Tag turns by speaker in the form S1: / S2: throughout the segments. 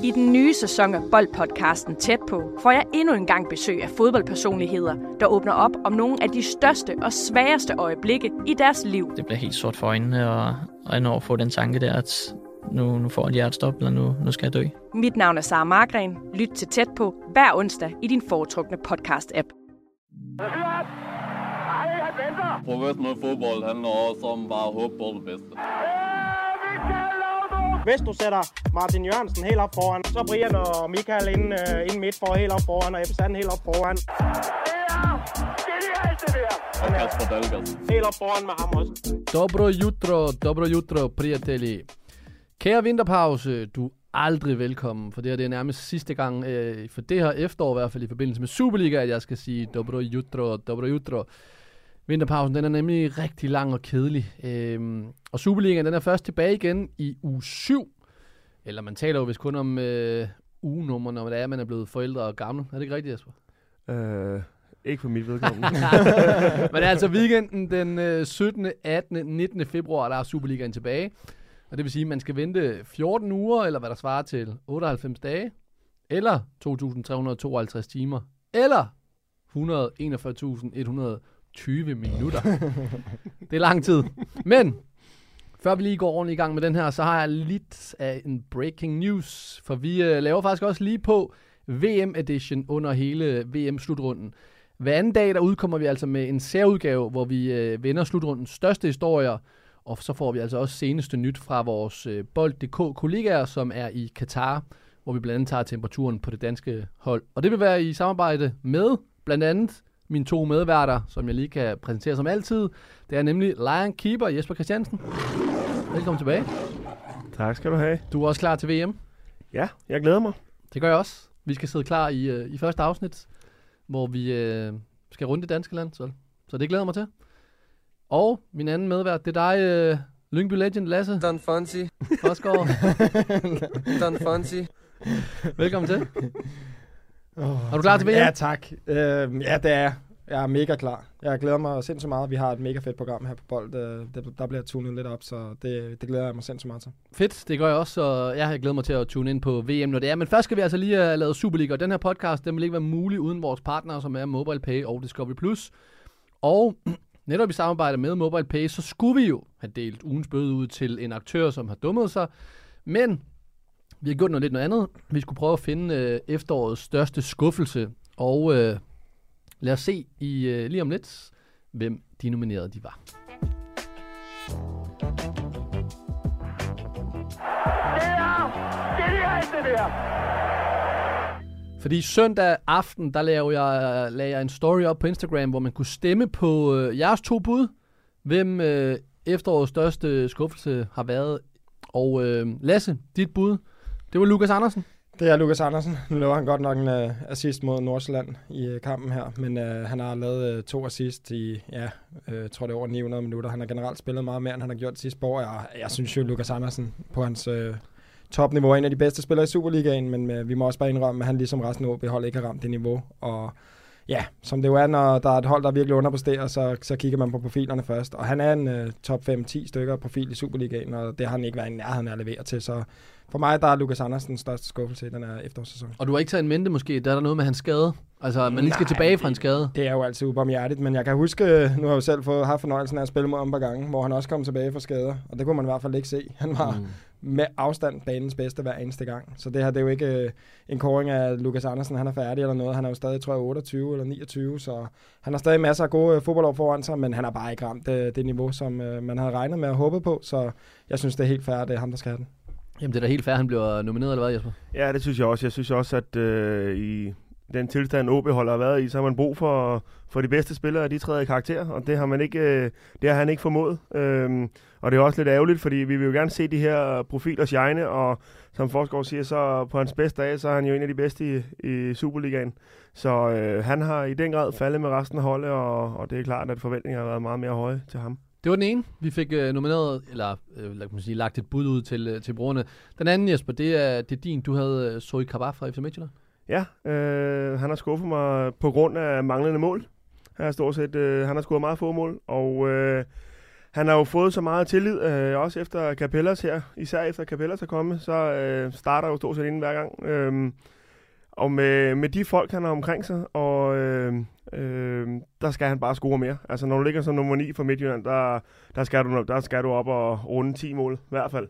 S1: I den nye sæson af Boldpodcasten Tæt på får jeg endnu en gang besøg af fodboldpersonligheder, der åbner op om nogle af de største og sværeste øjeblikke i deres liv.
S2: Det bliver helt sort for øjnene, og når få den tanke der, at nu får jeg et hjertestop, eller nu skal jeg dø.
S1: Mit navn er Sara Margren. Lyt til Tæt på hver onsdag i din foretrukne podcast-app.
S3: Professionel fodbold handler også om bare at håbe på det bedste.
S4: Hvis du sætter Martin Jørgensen helt op foran, så Brian og Michael inden midt for helt op foran, og Ebbe Sand helt op foran.
S3: Det er genialt, det der! Og Kasper Dahlgaard.
S4: Helt op foran med ham også.
S5: Dobro jutro, prijatelji. Kære vinterpause, du er aldrig velkommen, for det her det er nærmest sidste gang, for det her efterår i hvert fald i forbindelse med Superliga, at jeg skal sige dobro jutro. Vinterpausen, den er nemlig rigtig lang og kedelig. Og Superligaen, den er først tilbage igen i uge 7. Eller man taler jo vist kun om ugenummer, når det er, man er blevet forældre og gamle. Er det ikke rigtigt, Jesper?
S6: Ikke for mit vedkommende.
S5: Men det er altså weekenden den 17., 18., 19. februar, der er Superligaen tilbage. Og det vil sige, at man skal vente 14 uger, eller hvad der svarer til 98 dage, eller 2.352 timer, eller 141.120 minutter. Det er lang tid. Men før vi lige går ordentligt i gang med den her, så har jeg lidt af en breaking news. For vi laver faktisk også lige på VM-edition under hele VM-slutrunden. Hver anden dag, der udkommer vi altså med en særudgave, hvor vi vender slutrundens største historier. Og så får vi altså også seneste nyt fra vores Bold.dk-kollegaer, som er i Katar, hvor vi blandt andet tager temperaturen på det danske hold. Og det vil være i samarbejde med blandt andet mine to medværter, som jeg lige kan præsentere som altid. Det er nemlig Lion Keeper Jesper Christiansen. Velkommen tilbage.
S6: Tak skal du have.
S5: Du er også klar til VM?
S6: Ja, jeg glæder mig.
S5: Det gør jeg også. Vi skal sidde klar i første afsnit, hvor vi skal runde det danske land. Så det glæder mig til. Og min anden medvært, det er dig, Lyngby Legend, Lasse.
S7: Don Fonsi.
S5: Forsgaard.
S7: Don Fonsi.
S5: Velkommen til. Er du klar til VM?
S4: Ja, tak. Ja, det er jeg. Jeg er mega klar. Jeg glæder mig sindssygt meget. Vi har et mega fedt program her på Bold. Der bliver tunet lidt op, så det glæder jeg mig sindssygt meget til.
S5: Fedt, det gør jeg også, og jeg glæder mig til at tune ind på VM, når det er. Men først skal vi altså lige have lavet Superliga, og den her podcast, den vil ikke være mulig uden vores partnere, som er MobilePay og Discovery+. Og netop i samarbejde med MobilePay, så skulle vi jo have delt ugens bøde ud til en aktør, som har dummet sig. Men vi har gjort noget andet. Vi skulle prøve at finde efterårets største skuffelse. Og lad os se lige om lidt, hvem de nominerede de var.
S3: Det er genialt, det der!
S5: Fordi søndag aften, der lagde jeg en story op på Instagram, hvor man kunne stemme på jeres to bud, hvem efterårets største skuffelse har været. Og Lasse, dit bud, det var Lukas Andersen.
S4: Det er Lukas Andersen. Nu laver han godt nok en assist mod Nordsjælland i kampen her, men han har lavet 2 assist i, tror det er over 900 minutter. Han har generelt spillet meget mere, end han har gjort sidste år. Jeg synes jo, Lukas Andersen på hans topniveau er en af de bedste spillere i Superligaen, men vi må også bare indrømme, at han ligesom resten af OB-hold ikke har ramt det niveau. Og ja, som det jo er, når der er et hold, der virkelig underpresterer, så kigger man på profilerne først. Og han er en top 5-10 stykker profil i Superligaen, og det har han ikke været i nærheden af at levere til. Så for mig, der er Lukas Andersen den største skuffelse i den her efterårssæson.
S5: Og du har ikke taget en mente måske, der er der noget med hans skade? Altså, man lige skal tilbage fra en skade?
S4: Det er jo altid ubarmhjertigt, men jeg kan huske, nu har jeg jo selv haft fornøjelsen af at spille mod ham et par gange, hvor han også kom tilbage fra skader, og det kunne man i hvert fald ikke se. Han var med afstand banens bedste hver eneste gang. Så det her, det er jo ikke en kåring af Lukas Andersen, han er færdig eller noget. Han er jo stadig, tror jeg, 28 eller 29, så han har stadig masser af gode fodboldår foran sig, men han har bare ikke ramt det niveau, som man havde regnet med at håbe på, så jeg synes, det er helt fair, at det er ham, der skal have den.
S5: Jamen, det er da helt fair, han bliver nomineret, eller hvad, Jesper?
S6: Ja, det synes jeg også. Jeg synes også, at i den tilstand, OB-holdet har været i, så har man brug for de bedste spillere, de træder i karakter, og det har han ikke formået. Og det er også lidt ærgerligt, fordi vi vil jo gerne se de her profiler shine, og som Forsgaard siger, så på hans bedste dag, så er han jo en af de bedste i Superligaen. Så han har i den grad faldet med resten af holdet, og det er klart, at forventningerne har været meget mere høje til ham.
S5: Det var den ene. Vi fik nomineret, eller lad mig sige, lagt et bud ud til brugerne. Den anden, Jesper, det er din. Du havde Zoe Kabak fra FC Midtjylland.
S6: Ja, han har skuffet mig på grund af manglende mål. Han har scoret meget få mål, og han har jo fået så meget tillid, også efter Capellas her, især efter Capellas er kommet, så starter jo stort set inden hver gang. Og med de folk, han har omkring sig, og der skal han bare score mere. Altså, når du ligger som nummer 9 for Midtjylland, der skal du op og runde 10 mål, i hvert fald.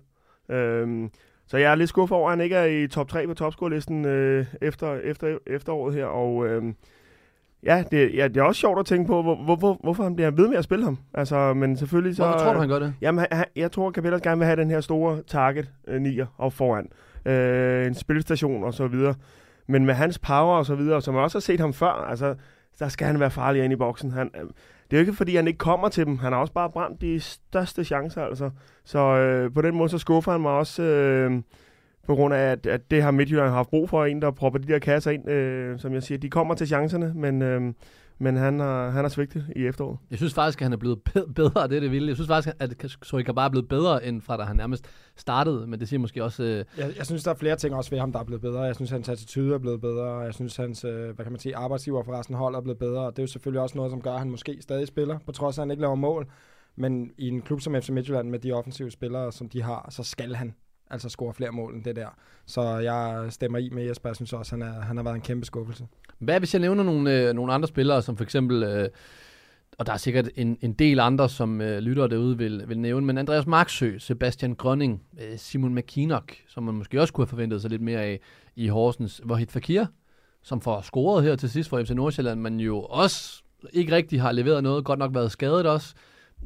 S6: Så jeg er lidt skuffet over, at han ikke er i top 3 på topscorelisten efter efteråret her, og det er også sjovt at tænke på, hvorfor han bliver ved med at spille ham. Altså, men selvfølgelig så...
S5: Hvorfor tror du, han gør det?
S6: Jamen, jeg tror, at Capellas gerne vil have den her store target 9'er op foran. En spilstation og så videre. Men med hans power og så videre, som jeg også har set ham før, altså, der skal han være farlig ind i boksen. Det er jo ikke, fordi han ikke kommer til dem. Han har også bare brændt de største chancer, altså. Så på den måde, så skuffer han mig også, på grund af, at det har Midtjylland haft brug for, en, der propper de der kasser ind. Som jeg siger, de kommer til chancerne, men han har svigtet i efteråret.
S5: Jeg synes faktisk, at han er blevet bedre af det vilde. Jeg synes faktisk, at Sorika bare er blevet bedre, end fra da han nærmest startede. Men det siger måske også...
S4: Jeg synes, der er flere ting også ved ham, der er blevet bedre. Jeg synes, hans attitude er blevet bedre. Jeg synes, hans arbejdsgiver for resten hold er blevet bedre. Og det er jo selvfølgelig også noget, som gør, at han måske stadig spiller, på trods af, at han ikke laver mål. Men i en klub som FC Midtjylland med de offensive spillere, som de har, så skal han altså score flere mål end det der. Så jeg stemmer i med Jesper. Jeg synes også, han har været en kæmpe skuffelse.
S5: Hvad hvis jeg nævner nogle andre spillere, som for eksempel, og der er sikkert en del andre, som lyttere derude vil nævne, men Andreas Marksø, Sebastian Grønning, Simon McKinnock, som man måske også kunne have forventet sig lidt mere af i Horsens, Wahid Fakir, som får scoret her til sidst for FC Nordsjælland, men jo også ikke rigtig har leveret noget, godt nok været skadet også.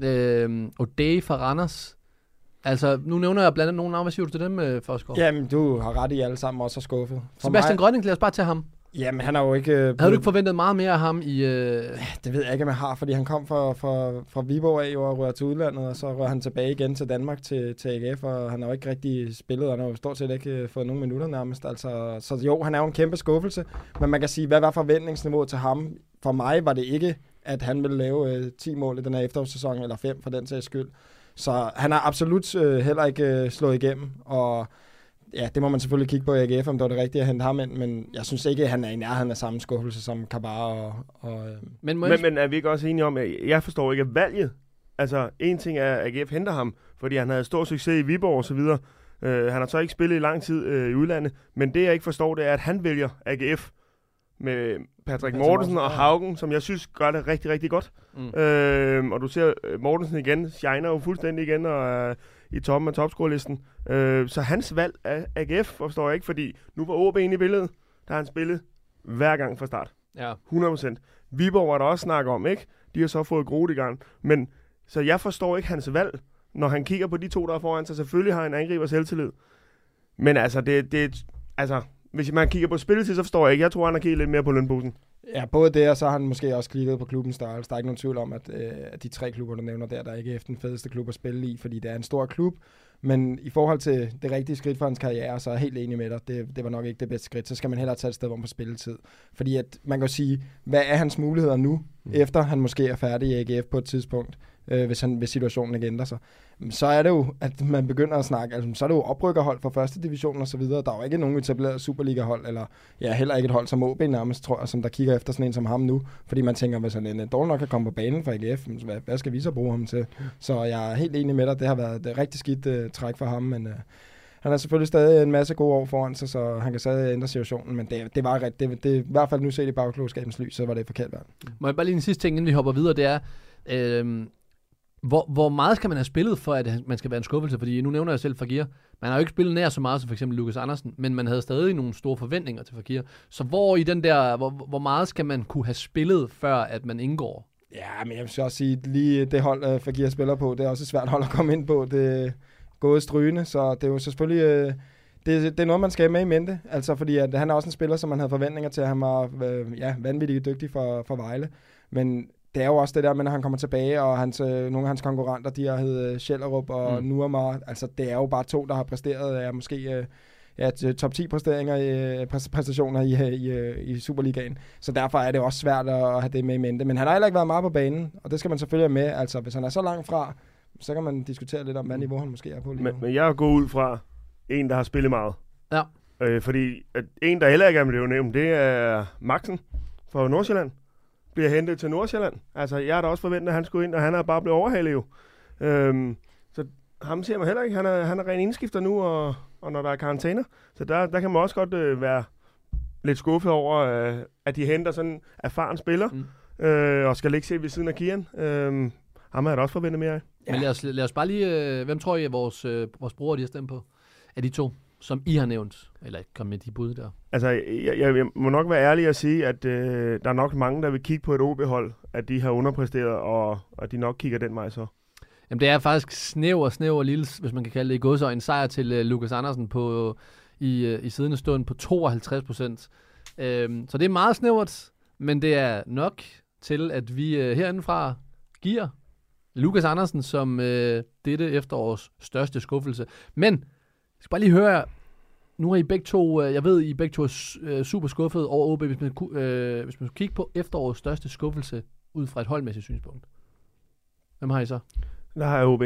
S5: O'Day fra Randers. Altså, nu nævner jeg blandt andet nogle navne. Hvad siger du til dem, Forsgaard?
S4: Jamen, du har ret i alle sammen også er skuffet.
S5: Sebastian Grønning, lad os bare tage ham.
S4: Jamen, han har jo ikke...
S5: Havde du ikke forventet meget mere af ham i...
S4: Det ved jeg ikke, om jeg har, fordi han kom fra Viborg af og rører til udlandet, og så rører han tilbage igen til Danmark til AGF, og han har jo ikke rigtig spillet, og han har jo stort set ikke fået nogen minutter nærmest. Altså, så jo, han er jo en kæmpe skuffelse, men man kan sige, hvad var forventningsniveauet til ham? For mig var det ikke, at han ville lave 10 mål i den her efterårssæson, eller 5 for den sags skyld. Så han har absolut heller ikke slået igennem, og ja, det må man selvfølgelig kigge på i AGF, om det var det rigtige at hente ham ind, men jeg synes ikke, at han er i nærheden af samme skuffelse som Kabar
S6: Men er vi ikke også enige om, at jeg forstår ikke, at valget, altså en ting er, at AGF henter ham, fordi han havde stor succes i Viborg og så videre. Han har så ikke spillet i lang tid i udlandet, men det jeg ikke forstår, det er, at han vælger AGF med Patrick Mortensen og Haugen, som jeg synes gør det rigtig, rigtig godt. Og du ser Mortensen igen, shiner jo fuldstændig igen og er i toppen af topscorelisten. Så hans valg af AGF forstår jeg ikke, fordi nu var OB inde i billedet, der har han spillet hver gang fra start.
S5: Ja.
S6: 100%. Viborg var der også snak om, ikke? De har så fået Groth i gang. Men så jeg forstår ikke hans valg, når han kigger på de to, der er foran sig. Selvfølgelig har han angriber selvtillid. Men altså, altså, hvis man kigger på spilletid, så forstår jeg ikke. Jeg tror, han har kigget lidt mere på lønbussen.
S4: Ja, både det, og så har han måske også kigget på klubbens størrelse. Der er ikke nogen tvivl om, at de 3 klubber, du nævner der er ikke efter den fedeste klub at spille i, fordi det er en stor klub. Men i forhold til det rigtige skridt for hans karriere, så er jeg helt enig med dig. Det var nok ikke det bedste skridt. Så skal man hellere tage et sted, hvor man på spilletid. Fordi at man kan sige, hvad er hans muligheder nu, efter han måske er færdig i AGF på et tidspunkt, hvis situationen ikke ændrer sig. Så er det jo, at man begynder at snakke, altså så er det jo oprykkerhold fra første division og så videre. Der er jo ikke nogen etableret Superliga-hold, eller ja, heller ikke et hold som OB nærmest, tror jeg, som der kigger efter sådan en som ham nu. Fordi man tænker, hvis han dårligt nok kan komme på banen fra AGF, hvad skal vi så bruge ham til? Så jeg er helt enig med dig, det har været et rigtig skidt træk for ham, men han har selvfølgelig stadig en masse gode år foran sig, så han kan stadig ændre situationen, men det var det i hvert fald nu set i bagklogskabens lys, så var det forkert valg.
S5: Må jeg bare lige en sidste ting, inden vi hopper videre, det er, hvor meget skal man have spillet, for at man skal være en skuffelse? Fordi nu nævner jeg selv Fakir. Man har jo ikke spillet nær så meget som for eksempel Lukas Andersen, men man havde stadig nogle store forventninger til Fakir. Så hvor meget skal man kunne have spillet, før at man indgår?
S4: Ja, men jeg vil også sige, lige det hold, Fakir spiller på, det er også et svært hold at komme ind på. Det er gået strygende, så det er jo selvfølgelig... Det er noget, man skal have med i mente, altså fordi at han er også en spiller, som man havde forventninger til, at han var vanvittigt dygtig for Vejle. Men det er jo også det der med, når han kommer tilbage, og nogle af hans konkurrenter, de har heddet Schellerup og Nuamar. Altså, det er jo bare 2, der har præsteret, måske top 10 præstationer i Superligaen. Så derfor er det også svært at have det med i mente. Men han har heller ikke været meget på banen, og det skal man selvfølgelig have med. Altså, hvis han er så langt fra, så kan man diskutere lidt om, hvad niveau han måske er på lige nu.
S6: Men jeg går ud fra en, der har spillet meget.
S5: Ja.
S6: Fordi at en, der heller ikke er blevet nævnt, det er Maxen fra Nordsjælland. Bliver hentet til Nordsjælland. Altså, jeg har da også forventet, at han skulle ind, og han er bare blevet overhalet jo. Så ham ser man heller ikke. Han er ren indskifter nu, og når der er karantæner. Så der kan man også godt være lidt skuffet over, at de henter sådan en erfaren spiller, og skal ikke se ved siden af Kian. Ham har jeg da også forventet mere af.
S5: Ja. Men lad os bare lige... hvem tror I, vores brugere de har stemt på? Af de to, som I har nævnt? Eller kom med de bud der?
S6: Altså, jeg må nok være ærlig at sige, at der er nok mange, der vil kigge på et OB-hold, at de har underpræsteret, og de nok kigger den vej så.
S5: Jamen, det er faktisk snæver lille, hvis man kan kalde det i godsøjne, en sejr til Lukas Andersen i siddende stund på 52%. Så det er meget snævert, men det er nok til, at vi herindefra giver Lukas Andersen som dette efterårs største skuffelse. Men, jeg skal bare lige høre jer, nu er I begge to, jeg ved, I begge to er super skuffet over OB, hvis man skulle kigge på efterårets største skuffelse ud fra et holdmæssigt synspunkt. Hvem har I så?
S6: Der har jeg OB.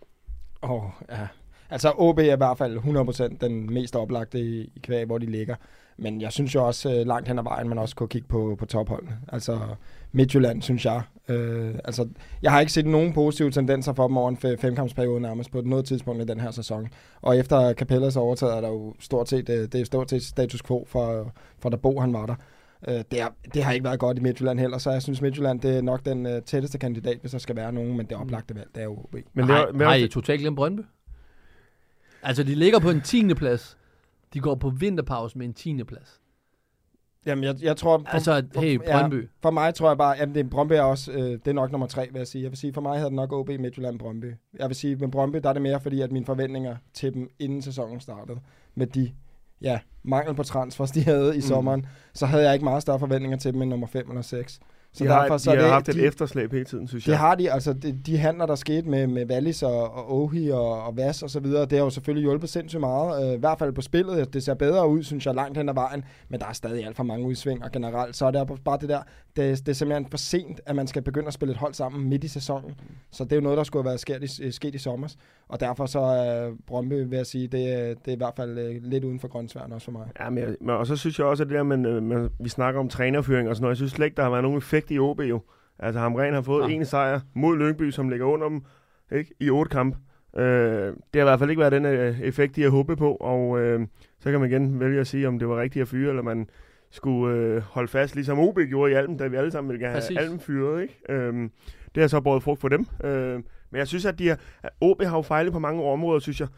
S4: Ja. Altså OB er i hvert fald 100% den mest oplagte i kvæg, hvor de ligger. Men jeg synes jo også langt hen ad vejen, man også kunne kigge på topholdene. Altså Midtjylland, synes jeg. Altså, jeg har ikke set nogen positive tendenser for dem over en femkampsperiode nærmest på noget tidspunkt i den her sæson. Og efter Capellas overtaget er der jo stort set status quo for da Bo han var der. Det har ikke været godt i Midtjylland heller, så jeg synes Midtjylland det er nok den tætteste kandidat, hvis der skal være nogen, men det oplagte valg, det er jo OB.
S5: Men har I totalt glemt Brøndby? Altså, de ligger på en 10. plads. De går på vinterpause med en 10. plads.
S4: Jamen, jeg tror...
S5: Brøndby.
S4: Ja, for mig tror jeg bare, at Brøndby er også... det er nok nummer 3, vil jeg sige. Jeg vil sige, for mig havde det nok OB, Midtjylland, Brøndby. Jeg vil sige, med Brøndby, der er det mere, fordi at mine forventninger til dem, inden sæsonen startede, med de mangel på transfers, de havde i sommeren, så havde jeg ikke meget større forventninger til dem end nummer 5 eller 6. Så
S6: de har haft et efterslæb hele tiden, synes jeg.
S4: Det har de, altså de handler, der skete med Wallis og Ohi og Vas og så videre, det har jo selvfølgelig hjulpet sindssygt meget, i hvert fald på spillet. Det ser bedre ud, synes jeg, langt hen ad vejen, men der er stadig alt for mange udsving, og generelt, så er det bare det der, det er simpelthen for sent, at man skal begynde at spille et hold sammen midt i sæsonen. Så det er jo noget, der skulle have været sket i sommer, og derfor så Brøndby, vil jeg sige, det er i hvert fald lidt uden for grøntsværen også for mig.
S6: Ja, men og så synes jeg også, at det der, vi snakker om trænerføring og sådan noget, jeg synes slet ikke, der har været nogen effekt i OB jo. Altså Hamren har fået en sejr mod Lyngby, som ligger under dem, ikke? I 8 kampe. Det har i hvert fald ikke været den effekt, de har håbet på, og så kan man igen vælge at sige, om det var rigtigt at fyre, eller man skulle holde fast, ligesom OB gjorde i Alben, da vi alle sammen ville gerne have Alben fyret, ikke? Det har så båret frugt for dem. Men jeg synes, at OB har jo fejlet på mange områder, synes jeg.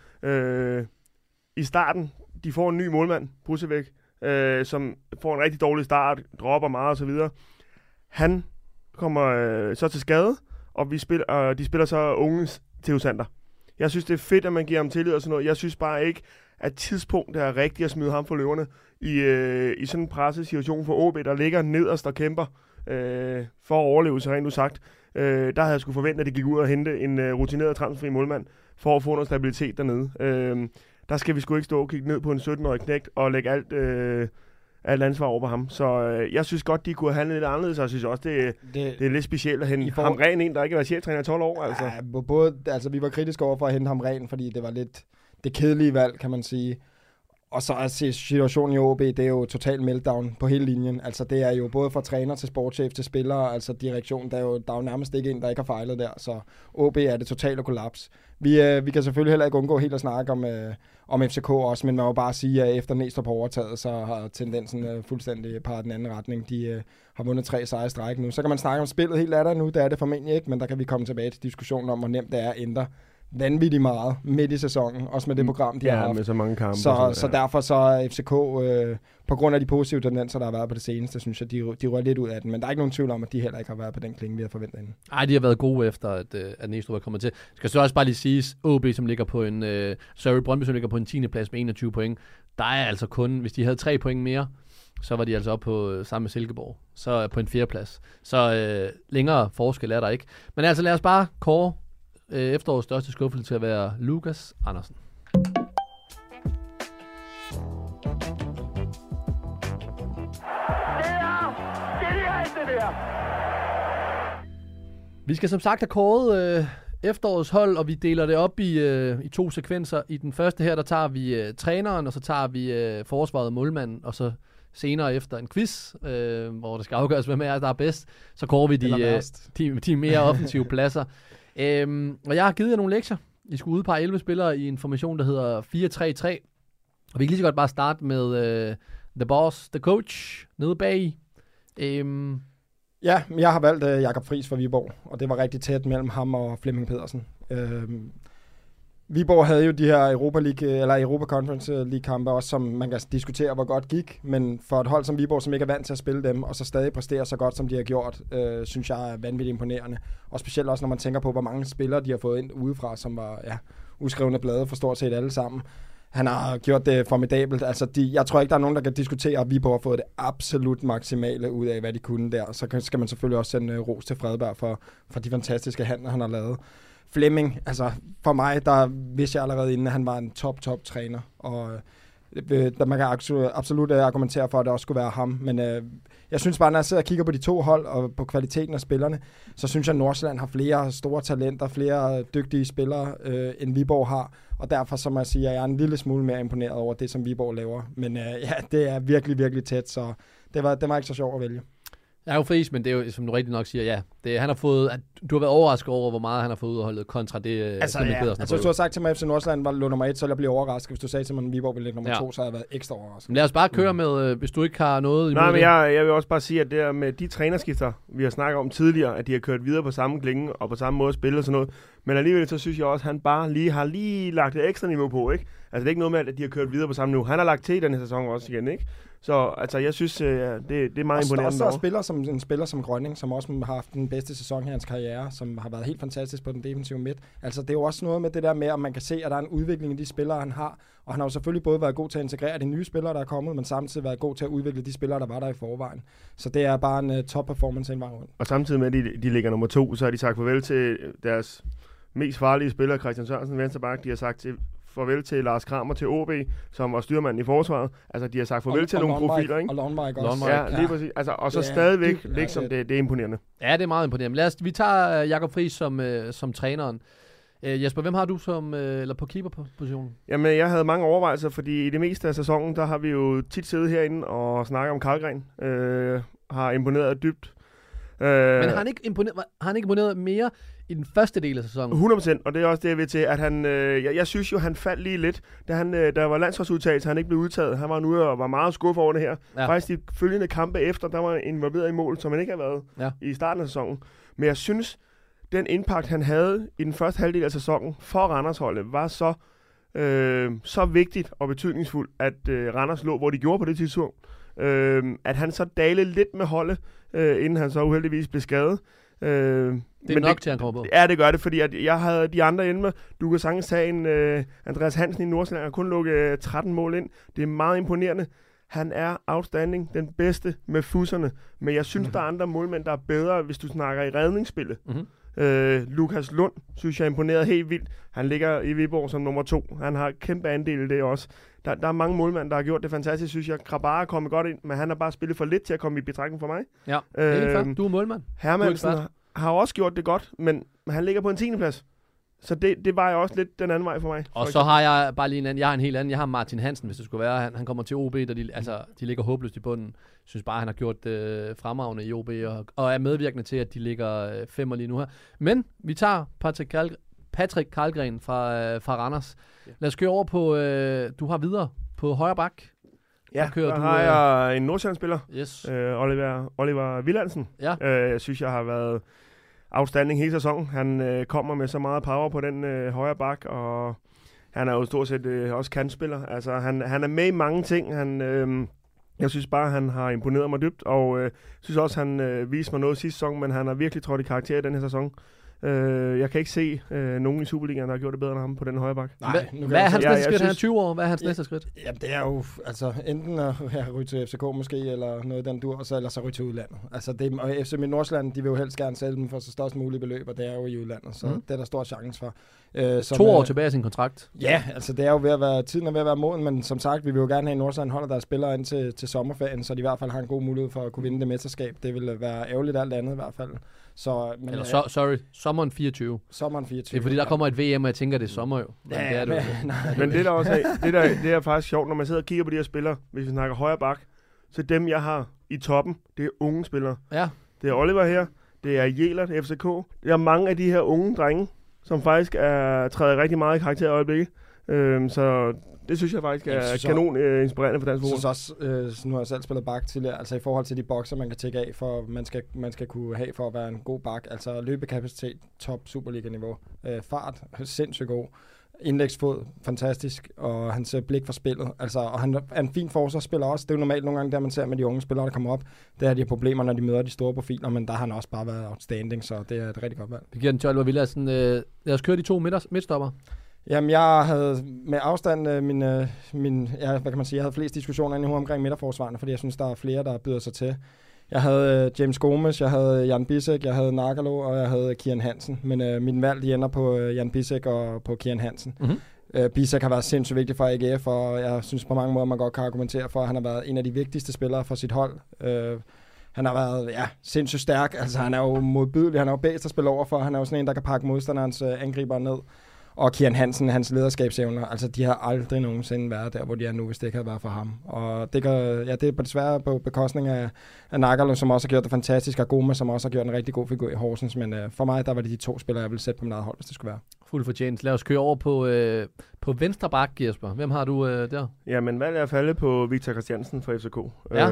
S6: I starten, de får en ny målmand, Brusevik, som får en rigtig dårlig start, dropper meget og så videre. Han kommer så til skade, og de spiller så unges Theo Sander. Jeg synes, det er fedt, at man giver ham tillid og sådan noget. Jeg synes bare ikke, at tidspunktet er rigtigt at smide ham for løverne i sådan en presset situation for OB, der ligger nederst og kæmper for at overleve, så rent usagt. Der havde jeg sgu forventet, at de gik ud og hente en rutineret transferfri målmand for at få noget stabilitet dernede. Der skal vi sgu ikke stå og kigge ned på en 17-årig knægt og lægge alt ansvar over på ham. Så jeg synes godt, de kunne have handlet lidt anderledes, og jeg synes også, det er lidt specielt at hente Hamren ind, der ikke har været cheftræner i 12 år. Altså.
S4: Vi var kritiske over for at hente Hamren, fordi det var lidt det kedelige valg, kan man sige. Og så at se situationen i OB, det er jo total meltdown på hele linjen. Altså det er jo både fra træner til sportschef til spillere, altså direktion, der er jo nærmest ikke en, der ikke har fejlet der. Så OB er det totale kollaps. Vi kan selvfølgelig heller ikke undgå helt at snakke om FCK også, men man må bare sige, at efter Næstrup har overtaget, så har tendensen fuldstændig par den anden retning. De har vundet 3 sejre i stræk nu. Så kan man snakke om spillet helt af der nu, det er det formentlig ikke, men der kan vi komme tilbage til diskussionen om, hvor nemt det er at ændre vanvittigt meget midt i sæsonen, også med det program, de har haft.
S6: Med så mange kampe.
S4: Så derfor så er FCK, på grund af de positive tendenser, der har været på det seneste, synes jeg, de rører lidt ud af den. Men der er ikke nogen tvivl om, at de heller ikke har været på den klinge, vi har forventet inden.
S5: Nej, de har været gode efter, at Næstrup er kommet til. Skal så også bare lige siges, OB, som ligger på Brøndby, som ligger på en 10. plads med 21 point. Der er altså kun, hvis de havde 3 point mere, så var de altså oppe på sammen med Silkeborg. Så på en 4. plads. Så længere forskel er der ikke. Men altså lad os bare kåre efterårets største skuffelse til at være Lukas Andersen. Vi skal som sagt have kåret efterårets hold, og vi deler det op i 2 sekvenser. I den første her, der tager vi træneren, og så tager vi forsvaret og målmanden, og så senere efter en quiz, hvor det skal afgøres, hvem er der er bedst, så kårer vi de mere offensive pladser. Og jeg har givet jer nogle lektier. I skulle udpege 11 spillere i en formation, der hedder 4-3-3. Og vi kan lige så godt bare starte med the boss, the coach, nede bag.
S4: Ja, jeg har valgt Jakob Friis fra Viborg, og det var rigtig tæt mellem ham og Flemming Pedersen. Viborg havde jo de her Europa Conference League-kampe også, som man kan diskutere, hvor godt gik, men for et hold som Viborg, som ikke er vant til at spille dem, og så stadig præstere så godt, som de har gjort, synes jeg er vanvittigt imponerende. Og specielt også, når man tænker på, hvor mange spillere de har fået ind udefra, som var uskrevne blade for stort set alle sammen. Han har gjort det formidabelt. Altså, jeg tror ikke, der er nogen, der kan diskutere, at Viborg har fået det absolut maksimale ud af, hvad de kunne der. Så skal man selvfølgelig også sende ros til Fredberg for de fantastiske handler, han har lavet. Flemming, altså for mig, der vidste jeg allerede inden, at han var en top træner. Og man kan absolut argumentere for, at det også skulle være ham. Men jeg synes bare, når jeg sidder og kigger på de to hold og på kvaliteten af spillerne, så synes jeg, at Nordsjælland har flere store talenter, flere dygtige spillere, end Viborg har. Og derfor så må jeg sige, at jeg er en lille smule mere imponeret over det, som Viborg laver. Men det er virkelig, virkelig tæt, så det var ikke så sjovt at vælge.
S5: Jeg er jo Friis, men det er jo, som du rigtig nok siger, han har fået, du har været overrasket over, hvor meget han har fået ud af holdet kontra det.
S4: Altså, hvis du har sagt til mig, at FC Nordsjælland lå nummer 1, så ville jeg blive overrasket. Hvis du sagde til mig, at Viborg ville ligge nummer 2, så havde jeg været ekstra overrasket. Men
S5: lad os bare køre med, hvis du ikke har noget imod.
S6: Nej, men jeg vil også bare sige, at det der med de trænerskifter, vi har snakket om tidligere, at de har kørt videre på samme klinge og på samme måde spillet og sådan noget. Men alligevel så synes jeg også, at han bare har lagt et ekstra niveau på, ikke? Altså det er ikke noget med, at de har kørt videre på samme niveau. Han har lagt til i denne sæson også igen, ikke? Så altså, jeg synes, det er meget imponerende.
S4: Også en spiller som Grønning, som også har haft den bedste sæson i hans karriere, som har været helt fantastisk på den defensive midt. Altså, det er jo også noget med det der med, at man kan se, at der er en udvikling i de spillere, han har. Og han har jo selvfølgelig både været god til at integrere de nye spillere, der er kommet, men samtidig været god til at udvikle de spillere, der var der i forvejen. Så det er bare en top performance en vej rundt.
S6: Og samtidig med, at de ligger nummer 2, så har de sagt farvel til deres mest farlige spiller, Christian Sørensen, venstreback. De har sagt farvel til Lars Kramer til OB, som var styrmand i forsvaret. Altså, de har sagt farvel til nogle profiler, ikke?
S4: Og Lundmark også.
S6: Ja, lige præcis. Altså, og så stadigvæk, liksom, det er imponerende.
S5: Ja, det er meget imponerende. Vi tager Jakob Friis som træneren. Jesper, hvem har du eller på keeperpositionen? Jamen,
S6: jeg havde mange overvejelser, fordi i det meste af sæsonen, der har vi jo tit siddet herinde og snakket om Karlgren. Har imponeret dybt.
S5: Men har han ikke imponeret mere i den første del af sæsonen?
S6: 100%, og det er også det, jeg vil til, at han, jeg synes jo, han faldt lige lidt, da der var landsholdsudtagelse, han ikke blev udtaget. Han var nu og var meget skuffet over det her. Ja. Faktisk de følgende kampe efter, der var involveret i mål, som han ikke har været i starten af sæsonen. Men jeg synes, den impact, han havde i den første halvdel af sæsonen for Randersholdet, var så vigtigt og betydningsfuldt, at Randers lå, hvor de gjorde på det tidspunkt. At han så dalede lidt med holdet, inden han så uheldigvis blev skadet.
S5: Det er nok til, han kommer på.
S6: Ja, det gør det, fordi at jeg havde de andre inde med. Du kan sagtens tage en Andreas Hansen i Nordsjælland og kun lukke 13 mål ind. Det er meget imponerende. Han er outstanding, den bedste med fusserne. Men jeg synes, der er andre målmænd, der er bedre, hvis du snakker i redningsspillet. Lukas Lund, synes jeg, imponeret helt vildt. Han ligger i Viborg som nummer 2. Han har kæmpe andel i det også. Der er mange målmænd, der har gjort det fantastisk, synes jeg. Krabara er kommet godt ind, men han har bare spillet for lidt til at komme i betragtning for mig.
S5: Ja, du er målmand.
S6: Hermansen har også gjort det godt, men han ligger på en 10. plads. Så det var jo også lidt den anden vej for mig.
S5: Og så har jeg bare lige en anden. Jeg har en helt anden. Jeg har Martin Hansen, hvis det skulle være. Han kommer til OB, der de ligger håbløst i bunden. Jeg synes bare, han har gjort fremragende i OB, og er medvirkende til, at de ligger 5'er lige nu her. Men vi tager Patrick Karlgren fra Randers. Ja. Lad os køre over på, du har videre på højre bak.
S6: Ja, der har jeg en Nordsjælland-spiller.
S5: Yes.
S6: Oliver Willandsen.
S5: Ja.
S6: Jeg synes, jeg har været outstanding hele sæsonen. Han kommer med så meget power på den højre bak, og han er jo stort set også kantspiller. Altså, han er med i mange ting. Jeg synes bare, han har imponeret mig dybt, og jeg synes også, han viste mig noget sidste sæson, men han har virkelig trådt i karakter i den her sæson. Jeg kan ikke se nogen i Superligaen, der har gjort det bedre end ham på den højre bak.
S5: Hvad er hans næste skridt? Han er 20 år. Hvad er hans næste skridt?
S4: Jamen, det er jo enten at ryge til FCK måske, eller noget den dur, eller så ryge til udlandet. Altså, og FC Nordsjælland, de vil jo helst gerne sælge dem for så størst mulige beløb, og det er jo i udlandet, så det er der stor chance for.
S5: 2 år tilbage af sin kontrakt.
S4: Ja, altså det er jo ved at være, tiden er ved at være moden, men som sagt, vi vil jo gerne have Nordsjælland holder deres spillere ind til sommerferien, så de i hvert fald har en god mulighed for at kunne vinde det mesterskab. Det vil være ærgerligt alt andet i hvert fald.
S5: Sommeren 24.
S4: Sommeren 24.
S5: Det er fordi, der kommer et VM, og jeg tænker, det er sommer jo.
S6: Men det er der også det er faktisk sjovt, når man sidder og kigger på de her spillere, hvis vi snakker højre bak, så dem, jeg har i toppen, det er unge spillere.
S5: Ja.
S6: Det er Oliver her, det er Jelert FCK. Der er mange af de her unge drenge, som faktisk træder rigtig meget i karakter i øjeblikket. Så det synes jeg faktisk er kanon inspirerende for dansk fodbold.
S4: Jeg synes også, nu har jeg selv spillet bak tidligere, altså i forhold til de bokser, man kan tække af, for man skal kunne have for at være en god bak. Altså løbekapacitet, top Superliga-niveau. Fart, sindssygt god. Indlægsfod, fantastisk, og hans blik for spillet. Altså, og han er en fin forsvarsspiller også. Det er jo normalt nogle gange, der man ser med de unge spillere, der kommer op. Det er de problemer, når de møder de store profiler, men der har han også bare været outstanding, så det er et rigtig godt valg.
S5: Vi giver den til Oliver Villadsen. Lad os køre de 2 midtstopper.
S4: Jamen, jeg havde med afstand hvad kan man sige, jeg havde flest diskussioner inde i omkring midterforsvarerne, fordi jeg synes, der er flere, der byder sig til. Jeg havde James Gomes, jeg havde Jan Bisek, jeg havde Nagalo, og jeg havde Kian Hansen. Men min valg, de ender på Jan Bisek og på Kian Hansen. Mm-hmm. Bisek har været sindssygt vigtig for AGF, og jeg synes på mange måder, man godt kan argumentere for, at han har været en af de vigtigste spillere for sit hold. Han har været sindssygt stærk. Altså, han er jo modbydelig, han er jo bedst at spille over for. Han er jo sådan en, der kan pakke modstanderens angriber ned. Og Kian Hansen, hans lederskabsevner, altså de har aldrig nogensinde været der, hvor de er nu, hvis det ikke havde været for ham. Og det er desværre på bekostning af Nagalo, som også har gjort det fantastisk, og Goma, som også har gjort en rigtig god figur i Horsens. Men for mig, der var det de 2 spillere, jeg ville sætte på mit eget hold, hvis det skulle være. Fuldt
S5: fortjent. Lad os køre over på venstre bak, Jesper. Hvem har du der?
S6: Jamen, valget er faldet på Victor Christiansen fra FCK. Ja.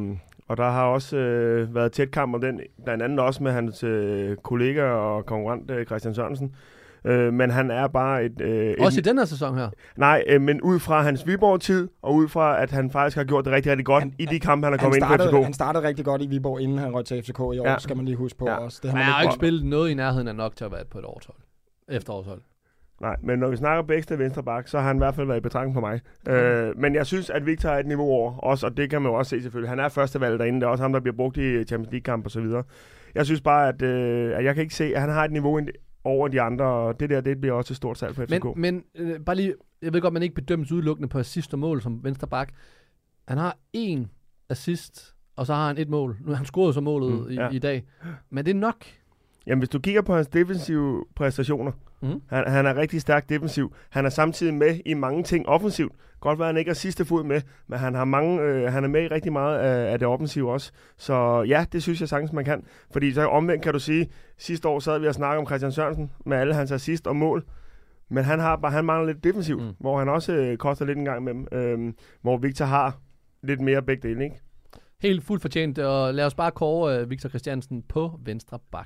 S6: Og der har også været tæt kamp om den, blandt andet også med hans kollega og konkurrent Christian Sørensen. Men han er bare
S5: også i den her sæson her?
S6: Nej, men ud fra hans Viborg-tid, og ud fra, at han faktisk har gjort det rigtig, rigtig godt i de kampe, han har kommet ind på FCK.
S4: Han startede rigtig godt i Viborg, inden han røg til FCK i år, skal man lige huske på også.
S5: Det har han har ikke spillet noget i nærheden af nok til at være på et efterårshold.
S6: Nej, men når vi snakker bedste venstre bak, så har han i hvert fald været i betragtning på mig. Men jeg synes, at Victor er et niveau over også, og det kan man jo også se selvfølgelig. Han er førstevalg derinde, det er også ham, der bliver brugt i Champions League-kamp og så videre. Jeg synes bare, at jeg kan ikke se, at han har et niveau over de andre, og det bliver også et stort salg for FCK.
S5: Men bare lige, jeg ved godt, man ikke bedømmes udelukkende på assist og mål som venstre bak. Han har 1 assist, og så har han 1 mål. Nu har han scoret så målet i dag. Men det er nok.
S6: Jamen, hvis du kigger på hans defensive præstationer, han er rigtig stærk defensiv. Han er samtidig med i mange ting offensivt. Godt være, han ikke har sidste fod med, men han er med i rigtig meget af det offensive også. Så ja, det synes jeg sagtens, man kan. Fordi så omvendt kan du sige, sidste år sad vi og snakkede om Christian Sørensen med alle hans assist og mål. Men han mangler lidt defensiv, hvor han også koster lidt en gang med dem. Hvor Victor har lidt mere begge dele, ikke?
S5: Helt fuldt fortjent, og lad os bare kåre Victor Christiansen på venstre bak.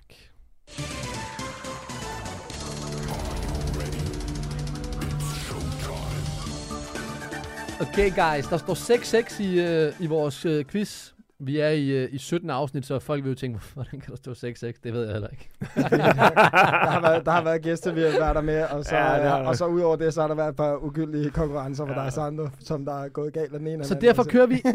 S5: Okay guys, der står 6-6 i vores quiz. Vi er i 17. afsnit, så folk vil jo tænke, hvordan kan der stå 6-6? Det ved jeg heller ikke.
S4: der har været gæster, vi har været der med, og så udover det, så har der været et par ugyldige konkurrencer for dig, Sandro, som der er gået galt af den ene.
S5: Så derfor kører vi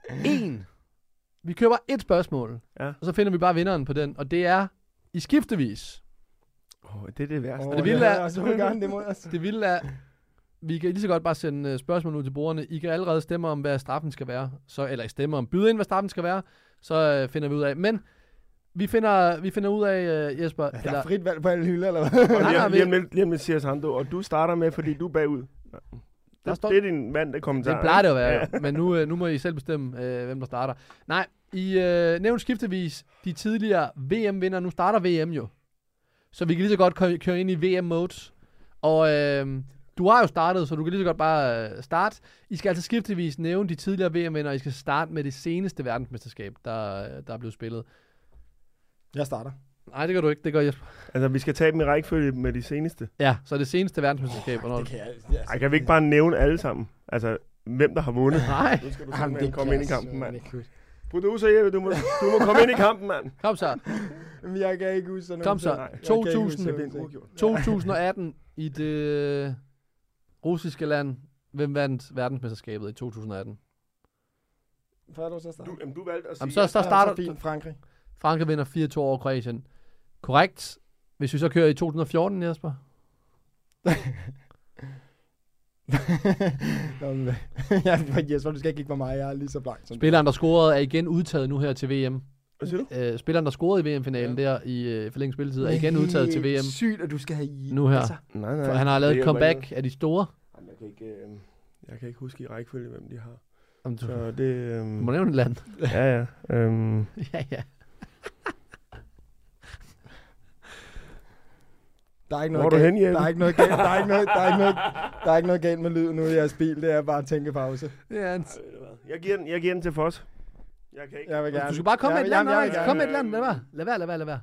S5: Vi kører bare 1 spørgsmål, og så finder vi bare vinderen på den, og det er i skiftevis.
S6: Det er det værste.
S5: Og det vilde er, vi kan lige så godt bare sende spørgsmål ud til brugerne. I kan allerede stemme om, hvad straffen skal være. Eller stemme om, byde ind, hvad straffen skal være. Så finder vi ud af. Men vi finder ud af, Jesper.
S4: Der er frit valg på alle hylder, eller hvad?
S6: Lige om lidt siger Sando, og du starter med, fordi du er bagud. Det er din vante kommentar.
S5: Det plejer det at være, men nu må I selv bestemme, hvem der starter. Nej, I nævnt skiftevis de tidligere VM-vinder. Nu starter VM jo. Så vi kan lige så godt køre ind i VM-mode. Og du har jo startet, så du kan lige så godt bare starte. I skal altså skiftevis nævne de tidligere VM-vinder, og I skal starte med det seneste verdensmesterskab, der er blevet spillet.
S4: Jeg starter.
S5: Nej, det gør du ikke. Det gør Jesper.
S6: Altså, vi skal tage dem i rækkefølge med de seneste.
S5: Ja, så det seneste verdensmesterskab.
S4: Det kan jeg.
S6: Kan vi ikke bare nævne alle sammen? Altså, hvem der har vundet?
S5: Nej.
S6: Nu skal du simpelthen komme ind i kampen, mand. Producer Jeppe, du må komme ind i kampen, mand.
S5: Kom så.
S4: Jeg kan ikke huske sådan
S5: noget. Kom så. 2018 i det russiske land. Hvem vandt verdensmesterskabet i 2018?
S4: Før du så starter.
S6: Du valgte at sige...
S5: Så starter
S4: fint Frankrig.
S5: Frankrig vinder 4-2 over Kroatien. Korrekt. Hvis vi så kører i 2014, Jesper?
S4: Jesper, du skal ikke kigge på mig. Jeg er lige så blank.
S5: Spilleren, der scorede, er igen udtaget nu her til VM.
S6: Hvad siger
S5: du? Spilleren, der scorede i VM-finalen der i forlænget spilletid, er igen udtaget til VM.
S4: Det er sygt, at du skal have
S5: nu her.
S4: Altså.
S6: Nej.
S5: For han har lavet et comeback af de store.
S6: Jeg kan ikke huske i rækkefølge, hvem de har.
S5: Så det, du må nævne et land.
S6: Ja.
S5: Ja.
S4: Der er ikke
S6: Hvor er du
S4: noget
S6: hen, Jeppe?
S4: Der er ikke noget galt. Der er ikke noget galt med lyden nu i jeres bil. Det er bare tænkepause.
S5: Ja,
S6: Jeg giver den til Foss. Jeg kan ikke.
S4: Jeg vil gerne.
S5: du skal bare komme med et land.
S4: Jeg vil gerne.
S5: Kom med et land. Lad være.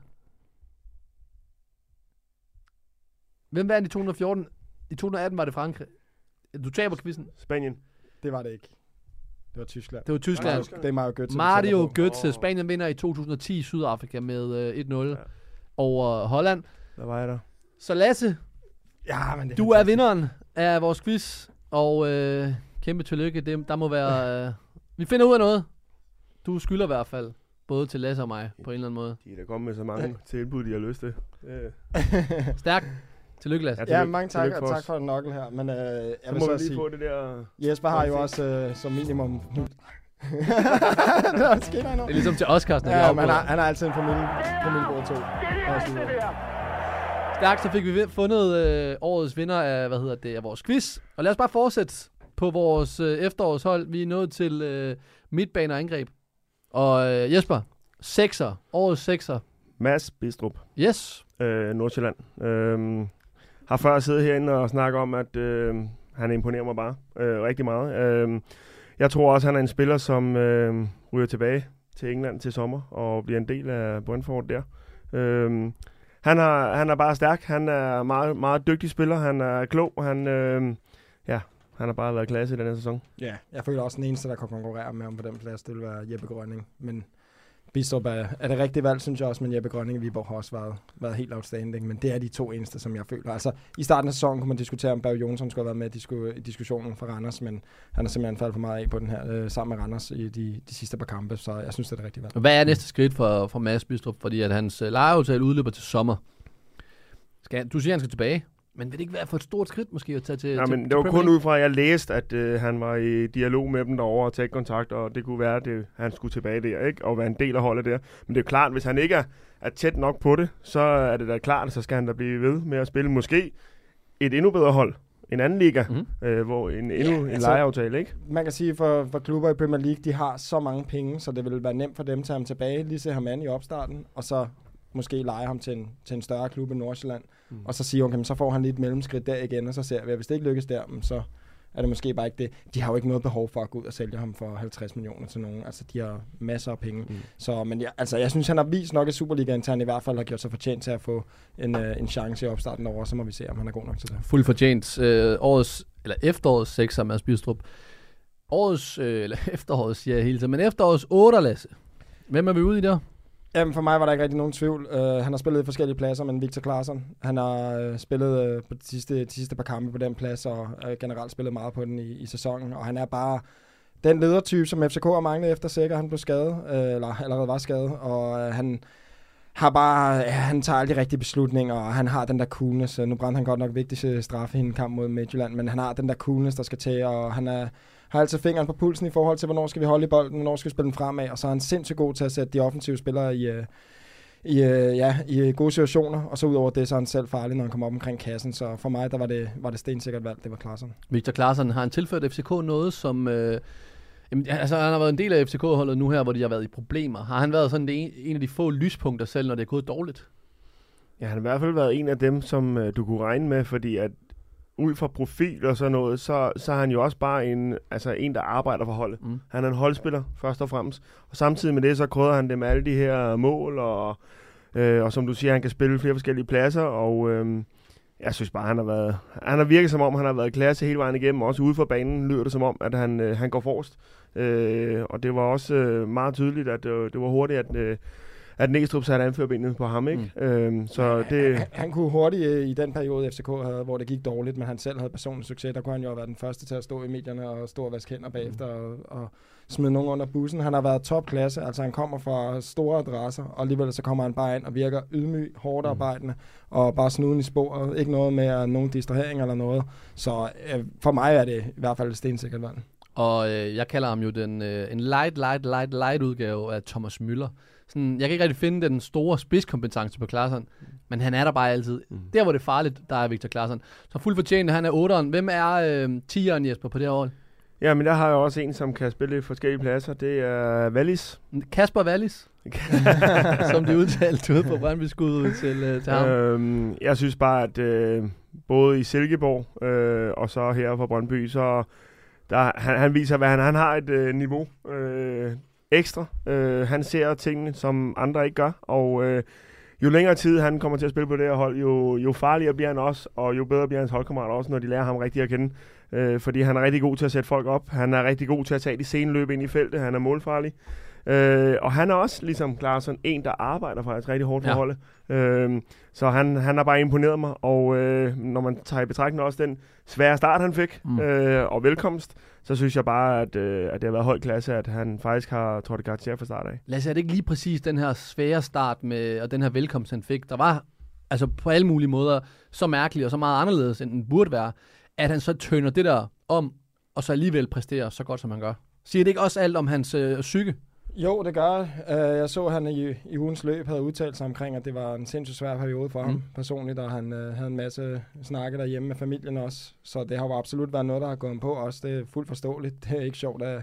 S5: Hvem vandt i 2014? I 2018 var det Frankrig. Du taber quizzen.
S6: Spanien.
S4: Det var det ikke. Det var Tyskland.
S5: Det var Tyskland.
S4: Det er Mario Götze.
S5: Mario Götze. Spanien vinder i 2010 Sydafrika med 1-0 over Holland.
S6: Der var jeg der.
S5: Så Lasse,
S4: Ja, men det
S5: du er vinderen af vores quiz, og kæmpe tillykke. Der må være... vi finder ud af noget. Du skylder i hvert fald, både til Lasse og mig, på en eller anden måde.
S6: De er da kommet med så mange tilbud, de har lyst til.
S5: Stærk. Tillykke, Lasse.
S4: Ja, mange tak, og tak for nokkel her. Men jeg vil så sige,
S6: få det der...
S4: Jesper har jo også som minimum... Det
S5: er ligesom til Oscars, når vi
S4: ja,
S5: afbryder.
S4: han er altid en promillebord 2.
S5: Stærkt, så fik vi fundet årets vinder af, af vores quiz. Og lad os bare fortsætte på vores efterårshold. Vi er nået til midtbane og angreb. Og Jesper, årets sekser.
S6: Mads Bistrup.
S5: Yes.
S6: Nordsjælland. Har før siddet herinde og snakket om, at han imponerer mig bare rigtig meget. Jeg tror også, han er en spiller, som ryger tilbage til England til sommer og bliver en del af Brentford der. Han er bare stærk. Han er meget, meget dygtig spiller. Han er klog. Han har bare været klasse i den her sæson.
S4: Ja, jeg føler også, den eneste, der kan konkurrere med ham på den plads, det vil være Jeppe Grønning. Men Bistrup er det rigtige valg, synes jeg også, men Jeppe Grønning i Viborg har også været helt outstanding. Men det er de to eneste, som jeg føler. Altså, i starten af sæsonen kunne man diskutere, om Berg Jonsson skulle have været med i diskussionen for Randers, men han er simpelthen faldet for meget af på den her, sammen med Randers i de sidste par kampe, så jeg synes, det er det rigtige valg.
S5: Hvad er næste skridt for Mads Bistrup? Fordi at hans lejeaftale udløber til sommer. Du siger, han skal tilbage. Men vil det ikke være for et stort skridt måske at tage til...
S6: Ja, men det var kun ud fra, at jeg læste, at han var i dialog med dem derovre og tage kontakt, og det kunne være, at han skulle tilbage der, ikke? Og være en del af holdet der. Men det er klart, hvis han ikke er tæt nok på det, så er det da klart, så skal han da blive ved med at spille måske et endnu bedre hold. En anden liga, hvor en lejeaftale, ikke?
S4: Man kan sige, for klubber i Premier League, de har så mange penge, så det vil være nemt for dem at tage ham tilbage, lige se ham an i opstarten, og så måske lege ham til en større klub i Nordsjælland, og så siger okay, så får han lige et mellemskridt der igen, og så ser vi, at hvis det ikke lykkes der, så er det måske bare ikke det. De har jo ikke noget behov for at gå ud og sælge ham for 50 millioner til nogen. Altså, de har masser af penge. Så, men jeg synes, han har vist nok, at Superliga-intern i hvert fald har gjort sig fortjent til at få en chance i opstarten over, så må vi se, om han er god nok til det.
S5: Fuldt fortjent. Efterårets 6 af Mads Bistrup. Efterårets, siger jeg hele tiden, men efterårets 8, Lasse. Hvem er vi ude i der?
S4: Jamen, for mig var der ikke rigtig nogen tvivl. Han har spillet i forskellige pladser, men Victor Claesson, han har spillet på de sidste par kampe på den plads, og generelt spillet meget på den i sæsonen. Og han er bare den ledertype, som FCK har manglet efter Sækker. Han blev skadet, eller allerede var skadet, og han tager alle de rigtige beslutninger, og han har den der coolness. Nu brændte han godt nok vigtigste straffe i en kamp mod Midtjylland, men han har den der coolness, der skal til, og han har altid fingeren på pulsen i forhold til, hvornår skal vi holde i bolden, hvornår skal vi spille den fremad, og så er han sindssygt god til at sætte de offensive spillere i gode situationer, og så ud over det, så er han selv farlig, når han kommer op omkring kassen, så for mig, der var det stensikkert valg, det var Claesson.
S5: Victor Claesson, har han tilført FCK noget, som... han har været en del af FCK-holdet nu her, hvor de har været i problemer. Har han været sådan en af de få lyspunkter selv, når det er gået dårligt?
S6: Ja, han har i hvert fald været en af dem, som du kunne regne med, fordi at ud fra profil og sådan noget, så er han jo også bare en, der arbejder for holdet. Han er en holdspiller, først og fremmest. Og samtidig med det, så krydder han det med alle de her mål, og som du siger, han kan spille flere forskellige pladser, og jeg synes bare, han har virket som om, han har været klasse hele vejen igennem, også ude for banen lyder det som om, at han går forrest. Og det var også meget tydeligt, at det var hurtigt, at Næstrup satte anførbenet på ham, ikke?
S4: Han kunne hurtigt i den periode, FCK havde, hvor det gik dårligt, men han selv havde personlig succes. Der kunne han jo have været den første til at stå i medierne og stå og vaske hænder bagefter og smide nogen under bussen. Han har været topklasse, altså han kommer fra store adresser, og alligevel så kommer han bare ind og virker ydmyg, hårdt arbejdende, og bare snuden i sporet. Ikke noget med nogen distrahering eller noget. Så for mig er det i hvert fald et stensikkert valg.
S5: Og jeg kalder ham jo en light udgave af Thomas Müller. Sådan, jeg kan ikke rigtig finde den store spidskompetence på Claesson, men han er der bare altid. Der, hvor det er farligt, der er Victor Claesson. Så fuldt fortjent, han er 8'eren. Hvem er 10'eren, Jesper, på det her hold?
S6: Ja, men der har jeg også en, som kan spille i forskellige pladser. Det er Wallis.
S5: Kasper Wallis, som det udtalte ude på Brøndby-skuddet til ham.
S6: Jeg synes bare, at både i Silkeborg og så her på Brøndby, så han viser, hvad han har et niveau ekstra. Han ser tingene, som andre ikke gør, og jo længere tid han kommer til at spille på det her hold, jo farligere bliver han også, og jo bedre bliver hans holdkammerater også, når de lærer ham rigtig at kende. Fordi han er rigtig god til at sætte folk op. Han er rigtig god til at tage de sceneløb ind i feltet. Han er målfarlig. Og han er også, ligesom Klaarsson, en, der arbejder faktisk rigtig hårdt for holdet. Så han har bare imponeret mig. Og når man tager i betragtning også den svære start, han fik, og velkomst, så synes jeg bare, at det har været høj klasse, at han faktisk har trådt i karakter fra start af.
S5: Lasse, er det ikke lige præcis den her svære start med, og den her velkomst, han fik? Der var altså på alle mulige måder så mærkeligt og så meget anderledes, end den burde være, at han så tønder det der om, og så alligevel præsterer så godt, som han gør. Siger det ikke også alt om hans psyke?
S4: Jo, det gør. Jeg så, at han i ugens løb havde udtalt sig omkring, at det var en sindssygt svær periode for ham personligt, og han havde en masse snakke derhjemme med familien også. Så det har jo absolut været noget, der har gået ham på også. Det er fuldt forståeligt. Det er ikke sjovt, at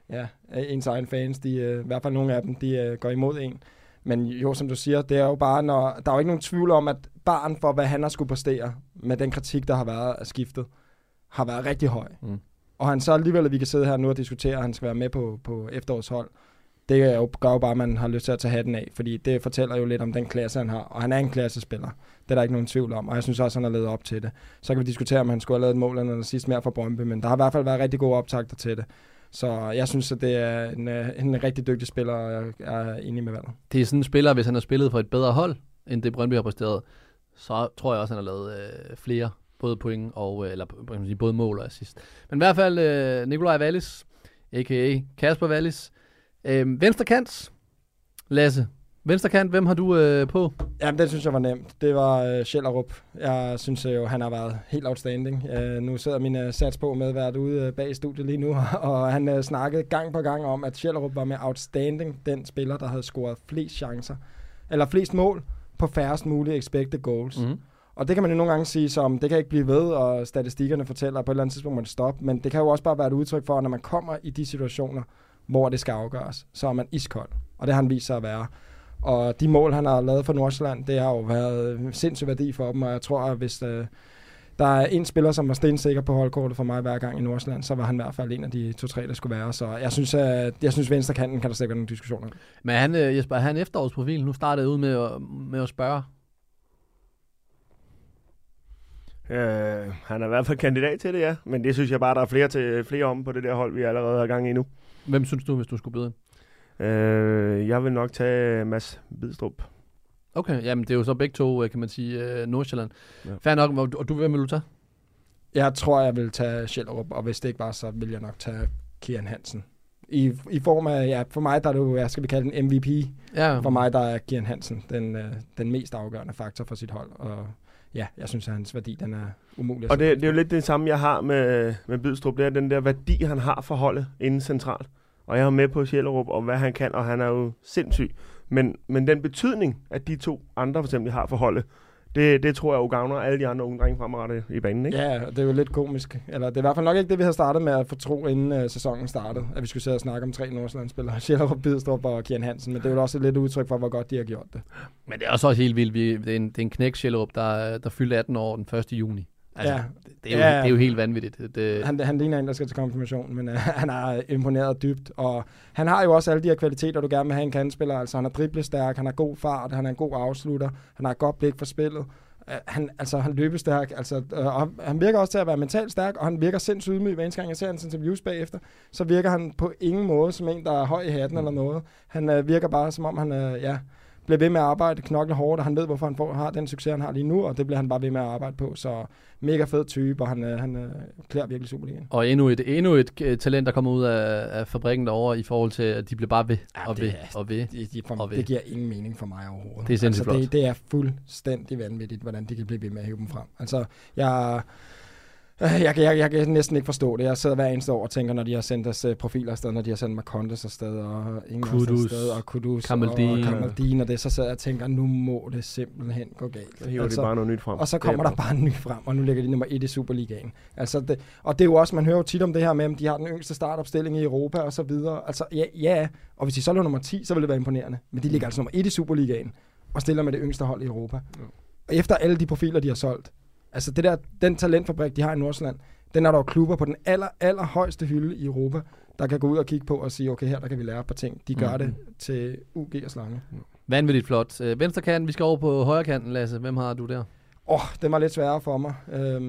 S4: ens egen fans, i hvert fald nogle af dem, de går imod en. Men jo, som du siger, det er jo bare, der er jo ikke nogen tvivl om, at barn for, hvad han har skulle præstere med den kritik, der har været af skiftet, har været rigtig høj. Og han så alligevel, at vi kan sidde her nu og diskutere, at han skal være med på efterårshold. Det gør jo bare, at man har lyst til at tage hatten af, fordi det fortæller jo lidt om den klasse, han har. Og han er en klassespiller. Det er der ikke nogen tvivl om, og jeg synes også, han har levet op til det. Så kan vi diskutere, om han skulle have lavet et mål eller sidst mere for Brøndby, men der har i hvert fald været rigtig gode optakter til det. Så jeg synes, at det er en rigtig dygtig spiller, og jeg er enig med valget.
S5: Det er sådan en spiller, hvis han har spillet for et bedre hold, end det Brøndby har præsteret, så tror jeg også, han har lavet flere, både point og både mål og assist. Men i hvert fald Nikolaj Wallis, a.k.a. Kasper Wallis. Venstre kant, Lasse. Venstre kant, hvem har du på?
S4: Jamen, det synes jeg var nemt. Det var Schellerup. Jeg synes jo, han har været helt outstanding. Nu sidder min sats på med at være ude bag studiet lige nu, og han snakkede gang på gang om, at Schellerup var med outstanding den spiller, der havde scoret flest chancer, eller flest mål på færrest mulige expected goals. Og det kan man jo nogle gange sige som, det kan ikke blive ved, og statistikkerne fortæller, at på et eller andet tidspunkt må det stoppe, men det kan jo også bare være et udtryk for, at når man kommer i de situationer, hvor det skal afgøres, så er man iskold. Og det har han vist sig at være. Og de mål, han har lavet for Nordsjælland, det har jo været sindssygt værdi for dem, og jeg tror, at hvis der er en spiller, som var stensikker på holdkortet for mig hver gang i Nordsjælland, så var han i hvert fald en af de 2-3, der skulle være. Så jeg synes venstrekanten kan der sikkert nogle diskussioner.
S5: Men Jesper, er han efterårsprofil? Nu startede ud med at spørge.
S6: Han er i hvert fald kandidat til det, ja. Men det synes jeg bare, der er flere om på det der hold, vi allerede har gang i nu.
S5: Hvem synes du, hvis du skulle byde ind?
S6: Jeg vil nok tage Mads Bidstrup.
S5: Okay, jamen det er jo så begge to, kan man sige, Nordsjælland. Ja. Fair nok, og hvem vil du tage?
S4: Jeg tror, jeg vil tage Schellerup, og hvis det ikke var, så vil jeg nok tage Kian Hansen. I form af, for mig der er det jo, skal vi kalde den MVP. Ja. For mig der er Kian Hansen den mest afgørende faktor for sit hold, og ja, jeg synes, at hans værdi, den er umulig.
S6: Og det er jo lidt det samme, jeg har med Bidstrup. Det er den der værdi, han har for holdet inden centralt. Og jeg er med på Schellerup, og hvad han kan, og han er jo sindssyg. Men den betydning, at de to andre for eksempel har for holdet, det tror jeg jo gavner alle de andre unge drenge fremadrettet i banen, ikke?
S4: Ja, det er jo lidt komisk. Eller det er i hvert fald nok ikke det, vi havde startet med at få tro, inden sæsonen startede. At vi skulle sidde og snakke om 3 Nordsjællandsspillere, Schellerup, Bidstrup og Kian Hansen. Men det er jo også et lidt udtryk for, hvor godt de har gjort det.
S5: Men det er også helt vildt. Det er en knæk Schellerup, der fyldte 18 år den 1. juni. Altså, ja, det er jo helt vanvittigt.
S4: Han ligner en, der skal til konfirmation, men han er imponeret dybt. Og han har jo også alle de her kvaliteter, du gerne vil have en kandspiller. Altså, han er driblestærk, han har god fart, han er en god afslutter, han har et godt blik for spillet. Han løbestærk, og han virker også til at være mentalt stærk, og han virker sindssygt ydmyg. Hver eneste gang jeg ser hans interviews bagefter, så virker han på ingen måde som en, der er høj i hatten eller noget. Han virker bare som om han bliver ved med at arbejde, knokle hårdt, og han ved, hvorfor han har den succes, han har lige nu, og det bliver han bare ved med at arbejde på. Så mega fed type, og han klæder virkelig Superligaen.
S5: Og endnu et talent, der kommer ud af fabrikken derovre, i forhold til, at de bliver bare ved og ved.
S4: Det giver ingen mening for mig overhovedet.
S5: Det er sindssygt flot.
S4: Det er fuldstændig vanvittigt, hvordan de kan blive ved med at hive dem frem. Altså, Jeg kan næsten ikke forstå det. Jeg sidder hver eneste år og tænker, når de har sendt os profiler afsted, når de har sendt Marcondes afsted, og Kudus og Kamaldin og det, så sidder jeg og tænker, nu må det simpelthen gå galt.
S6: Så hiver de bare noget nyt frem.
S4: Og så kommer der bare en ny frem, og nu ligger de nummer 1 i Superligaen. Altså og det er jo også, man hører jo tit om det her med, at de har den yngste startopstilling i Europa og så videre. Altså ja, og hvis de så lå nummer 10, så ville det være imponerende. Men de ligger altså nummer 1 i Superligaen og stiller med det yngste hold i Europa. Og efter alle de profiler, de har solgt, altså den talentfabrik, de har i Nordsjælland, den er der jo klubber på den allerhøjeste hylde i Europa, der kan gå ud og kigge på og sige, okay, her der kan vi lære et par ting. De gør det til UG og Slange.
S5: Vanvittigt flot. Venstrekanten, vi skal over på højrekanten, Lasse. Hvem har du der?
S4: Det var lidt sværere for mig.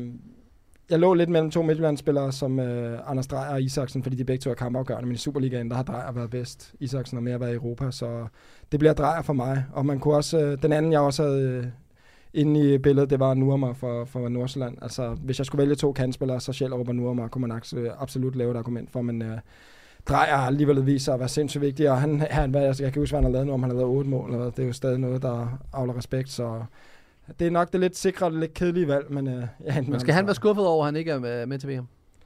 S4: Jeg lå lidt mellem 2 midtjyllandsspillere som Anders Dreyer og Isaksen, fordi de begge to er kampafgørende, men i Superligaen, der har Dreyer været bedst. Isaksen har mere været i Europa, så det bliver Dreyer for mig. Og man kunne også, den anden jeg også havde inde i billedet, det var Nurmar for Nordsjælland. Altså, hvis jeg skulle vælge 2 kantspillere, så Schellerup og Nurmar kunne man absolut lave et argument for, men Dreyer har alligevel vist sig at være sindssygt vigtig, og jeg kan huske, hvad han har lavet nu, om han har lavet 8 mål, eller det er jo stadig noget, der avler respekt, så det er nok det lidt sikre og lidt kedelige valg, men
S5: men skal han være skuffet over, at han ikke er med til VM?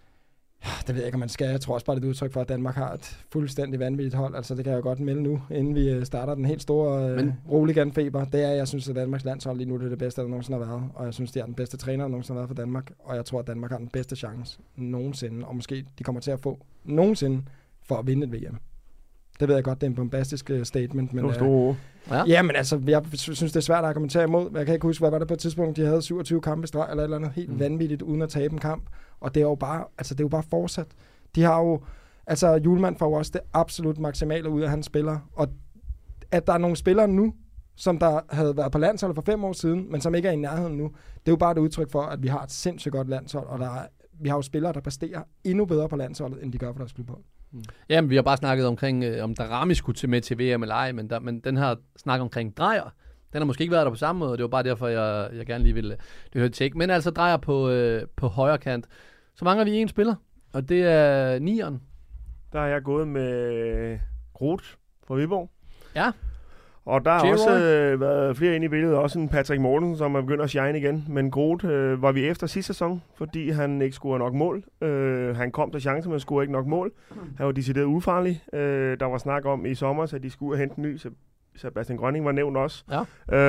S4: Det ved jeg ikke, om man skal. Jeg tror også bare, det er et udtryk for, at Danmark har et fuldstændig vanvittigt hold. Altså, det kan jeg jo godt melde nu, inden vi starter den helt store Roligan-feber. Det er, jeg synes, at Danmarks landshold lige nu det er det bedste, der nogensinde har været. Og jeg synes, de er den bedste træner, der nogensinde har været for Danmark. Og jeg tror, at Danmark har den bedste chance nogensinde. Og måske de kommer til at få nogensinde for at vinde et VM. Det ved jeg godt, det er en bombastisk statement. Men, ja, men altså, jeg synes, det er svært at argumentere imod. Jeg kan ikke huske, hvad var det på et tidspunkt, de havde 27 kampe i streg, eller et eller andet helt vanvittigt, uden at tabe en kamp. Og det er jo bare, det er jo bare fortsat. De har jo, Hjulmand får jo også det absolut maksimale ud af hans spillere. Og at der er nogle spillere nu, som der havde været på landsholdet for 5 år siden, men som ikke er i nærheden nu, det er jo bare et udtryk for, at vi har et sindssygt godt landshold, og vi har jo spillere, der præsterer endnu bedre på landsholdet, end de gør for deres klubhold.
S5: Jamen, vi har bare snakket omkring, om Darami skulle med til VM eller ej, men den her snak omkring Dreyer, den har måske ikke været der på samme måde, og det var bare derfor, jeg gerne lige ville høre tjekke. Men altså Dreyer på højre kant. Så mangler vi en spiller, og det er 9'eren. Der
S6: er jeg gået med Groth fra Viborg.
S5: Ja.
S6: Og der har også været flere inde i billedet, også en Patrick Mortensen, som er begyndt at shine igen. Men Groth var vi efter sidste sæson, fordi han ikke scorede nok mål. Han kom til chancer, men scorede ikke nok mål. Han var decideret ufarlig. Der var snak om i sommer, at de skulle hente en ny. Sebastian Grønning var nævnt også.
S5: Ja.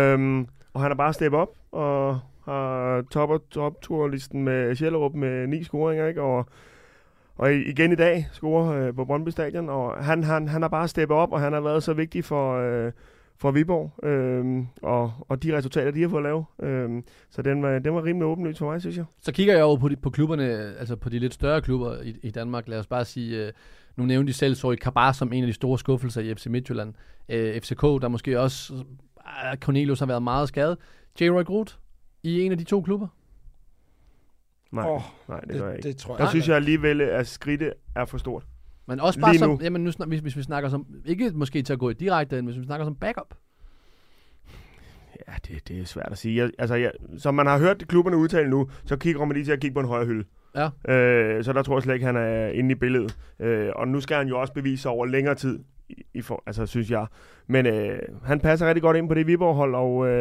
S6: Og han har bare steppet op og har top-turlisten med Schellerup med 9 scoringer, ikke? Og igen i dag scorer på Brøndby Stadion, og han har bare steppet op, og han har været så vigtig for Viborg, og de resultater, de har fået lavet. Så den var rimelig åbenlyst for mig, synes jeg. Så
S5: kigger jeg jo på klubberne, altså på de lidt større klubber i Danmark. Lad os bare sige, nu nævnte de selv Sorry Kabar som en af de store skuffelser i FC Midtjylland. FCK, der måske også, Cornelius har været meget skadet. J-Roy Groth i en af de 2 klubber?
S6: Nej, det gør jeg ikke.
S4: Det tror jeg.
S6: Der synes jeg alligevel, at skridtet er for stort.
S5: Men også bare som, jamen nu, hvis vi snakker som, ikke måske til at gå i direkte, men hvis vi snakker som backup.
S6: Ja, det er svært at sige. Som man har hørt klubberne udtale nu, så kigger man lige til at kigge på en højre hylde.
S5: Ja.
S6: Så der tror jeg slet ikke, han er inde i billedet. Og nu skal han jo også bevise sig over længere tid, synes jeg. Men han passer rigtig godt ind på det Viborg-hold,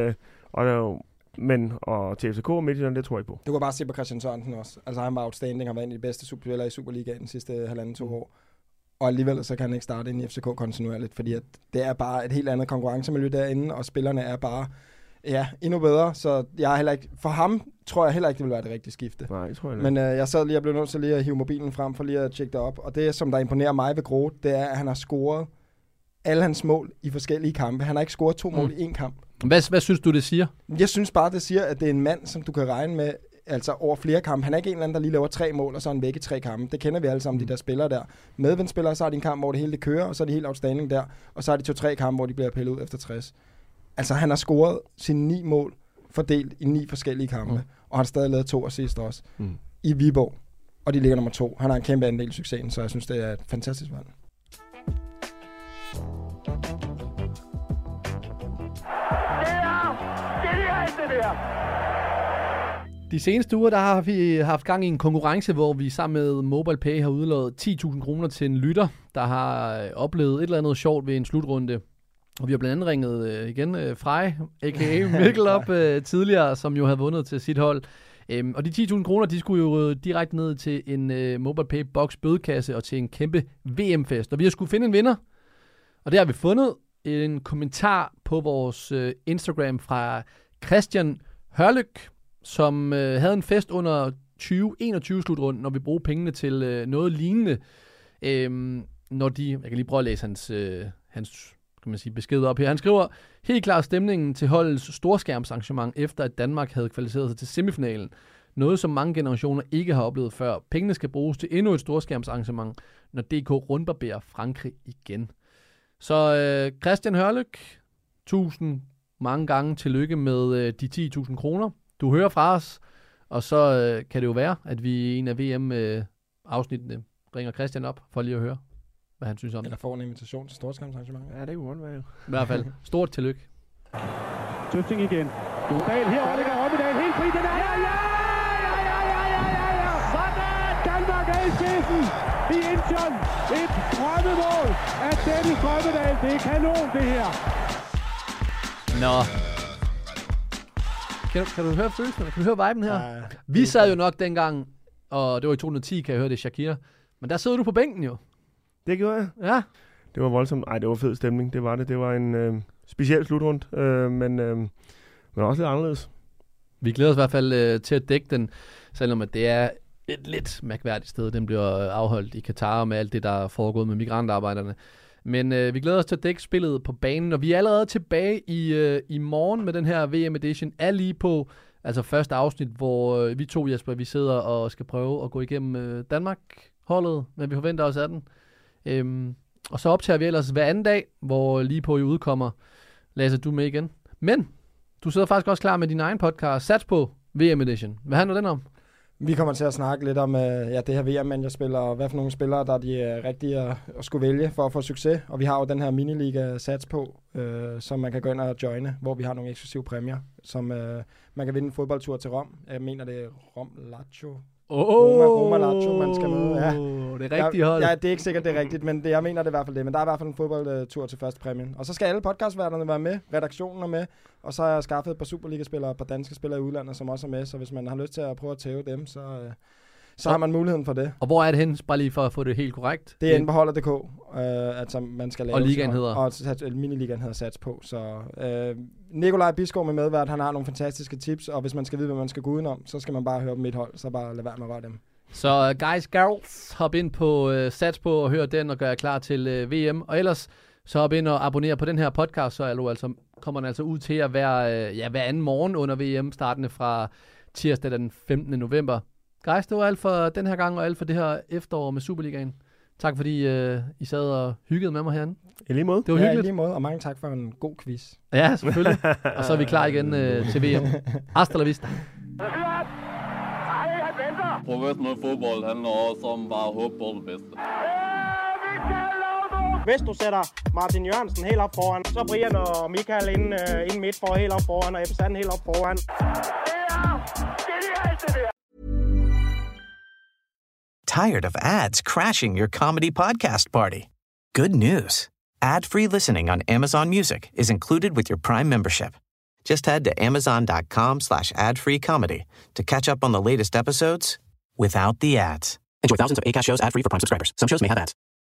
S6: og til FCK og Midtjylland, det tror jeg på.
S4: Du kan bare se på Christian Sørensen også. Altså han var outstanding og var en af de bedste superspillere i Superligaen de sidste 1,5-2 år. Og alligevel så kan han ikke starte ind i FCK kontinuerligt, fordi at det er bare et helt andet konkurrencemiljø derinde, og spillerne er bare endnu bedre. Så jeg er heller ikke, for ham tror jeg heller ikke, det vil være det rigtige skifte.
S6: Nej, jeg tror jeg ikke.
S4: Men jeg sad lige og blev nødt til lige at hive mobilen frem for lige at tjekke det op. Og det, som der imponerer mig ved Groth, det er, at han har scoret alle hans mål i forskellige kampe. Han har ikke scoret 2 mål i 1 kamp.
S5: Hvad synes du, det siger?
S4: Jeg synes bare, det siger, at det er en mand, som du kan regne med altså over flere kampe. Han er ikke en eller anden, der lige laver 3 mål, og så er han væk i 3 kampe. Det kender vi alle sammen, de der spillere der. Medvindspillere, så har de en kamp, hvor det hele det kører, og så er de helt outstanding der. Og så har de 2-3 kampe, hvor de bliver pillet ud efter 60. Altså, han har scoret sine 9 mål fordelt i 9 forskellige kampe. Og har stadig lavet 2 assist også. I Viborg. Og de ligger nummer 2. Han har en kæmpe andel i succesen, så jeg synes, det er et fantastisk valg.
S5: De seneste uger, der har vi haft gang i en konkurrence, hvor vi sammen med MobilePay har udlået 10.000 kroner til en lytter, der har oplevet et eller andet sjovt ved en slutrunde. Og vi har blandt andet ringet igen Frej, a.k.a. Mikkel op tidligere, som jo havde vundet til sit hold Og de 10.000 kroner, de skulle jo direkte ned til en MobilePay Box bødekasse og til en kæmpe VM-fest. Og vi har skulle finde en vinder, og det har vi fundet. En kommentar på vores Instagram fra Christian Hørlyk, som havde en fest under 2021-slutrunden, når vi bruger pengene til noget lignende. Jeg kan lige prøve at læse hans kan man sige, besked op her. Han skriver, helt klart stemningen til holdets storskærmsarrangement, efter at Danmark havde kvalificeret sig til semifinalen. Noget, som mange generationer ikke har oplevet før. Pengene skal bruges til endnu et storskærmsarrangement, når DK rundbarberer Frankrig igen. Så Christian Hørlyk, 1000 mange gange tillykke med de 10.000 kroner. Du hører fra os, og så kan det jo være, at vi i en af VM-afsnittene ringer Christian op for lige at høre, hvad han synes om det.
S4: Eller får en invitation til storskærmsarrangement.
S6: Ja, det kunne godt være.
S5: I hvert fald stort tillykke.
S8: Tøfting igen. Godal her, og ligger Rømmedal helt fri. Den er her, ja! Sådan! Danmark er i spidsen i Incheon. Et drømmemål af Dennis Rømmedal. Det er kanon, det her.
S5: Nå. Kan du høre følelsen? Kan du høre viben her? Ja, vi sad jo nok dengang, og det var i 2010, kan jeg høre det, Shakira. Men der sidder du på bænken jo.
S6: Det gjorde jeg.
S5: Ja.
S6: Det var voldsomt. Ej, det var fed stemning. Det var det. Det var en speciel slutrund, men også lidt anderledes. Vi
S5: glæder os i hvert fald til at dække den, selvom at det er et lidt mærkværdigt sted. Den bliver afholdt i Katar med alt det, der er foregået med migrantarbejderne. Men vi glæder os til at dække spillet på banen, og vi er allerede tilbage i morgen med den her VM Edition. Er lige på altså første afsnit, hvor vi to, Jesper, vi sidder og skal prøve at gå igennem Danmark-holdet, men vi forventer os af den. Og så optager vi ellers hver anden dag, hvor lige på i udkommer. Lasse, du med igen. Men du sidder faktisk også klar med din egen podcast, Sats på VM Edition. Hvad handler den om?
S4: Vi kommer til at snakke lidt om det her VM-managerspil, og hvad for nogle spillere, der er de rigtige at skulle vælge for at få succes. Og vi har jo den her miniliga Sats på, som man kan gå ind og joine, hvor vi har nogle eksklusive præmier, som man kan vinde en fodboldtur til Rom. Jeg mener, det er Rom Lazio. Roma Lazio, man skal med. Ja.
S5: Det er rigtigt hold.
S4: Ja, det er ikke sikkert, det er rigtigt, men jeg mener det i hvert fald det. Men der er i hvert fald en fodboldtur til første præmien. Og så skal alle podcastværterne være med, redaktionen er med, og så har jeg skaffet et par Superliga-spillere og et par danske spillere i udlandet, som også er med. Så hvis man har lyst til at prøve at tæve dem, så har man muligheden for det.
S5: Og hvor er det hen, bare lige for at få det helt korrekt?
S4: Det er inde på holdet.dk, altså man skal lave.
S5: Og ligaen hedder?
S4: Og miniligaen hedder Sats på. Så Nikolaj Bisgaard med medvært, han har nogle fantastiske tips, og hvis man skal vide, hvad man skal gå udenom, så skal man bare høre på mit hold, så bare lad være med at røre dem.
S5: Så guys, girls, hop ind på Sats på og hør den og gør jer klar til VM. Og ellers så hop ind og abonner på den her podcast, så kommer den altså ud til at være hver anden morgen under VM, startende fra tirsdag den 15. november. Guys, det var alt for den her gang, og alt for det her efterår med Superligaen. Tak fordi I sad og hyggede med mig herinde.
S6: I lige måde.
S5: Det var hyggeligt.
S4: I lige måde, og mange tak for en god quiz.
S5: Ja, selvfølgelig. Og så er vi klar igen til VM. Hasta la vista.
S3: Professionel fodbold handler også om bare at håbe på det bedste.
S9: Hvis du sætter Martin Jørgensen helt op foran, så Brian og Michael ind midt for helt op foran, og Ebbe Sand helt op foran.
S10: Tired of ads crashing your comedy podcast party? Good news. Ad-free listening on Amazon Music is included with your Prime membership. Just head to amazon.com/ad-free comedy to catch up on the latest episodes without the ads. Enjoy thousands of Acast shows ad-free for Prime subscribers. Some shows may have ads.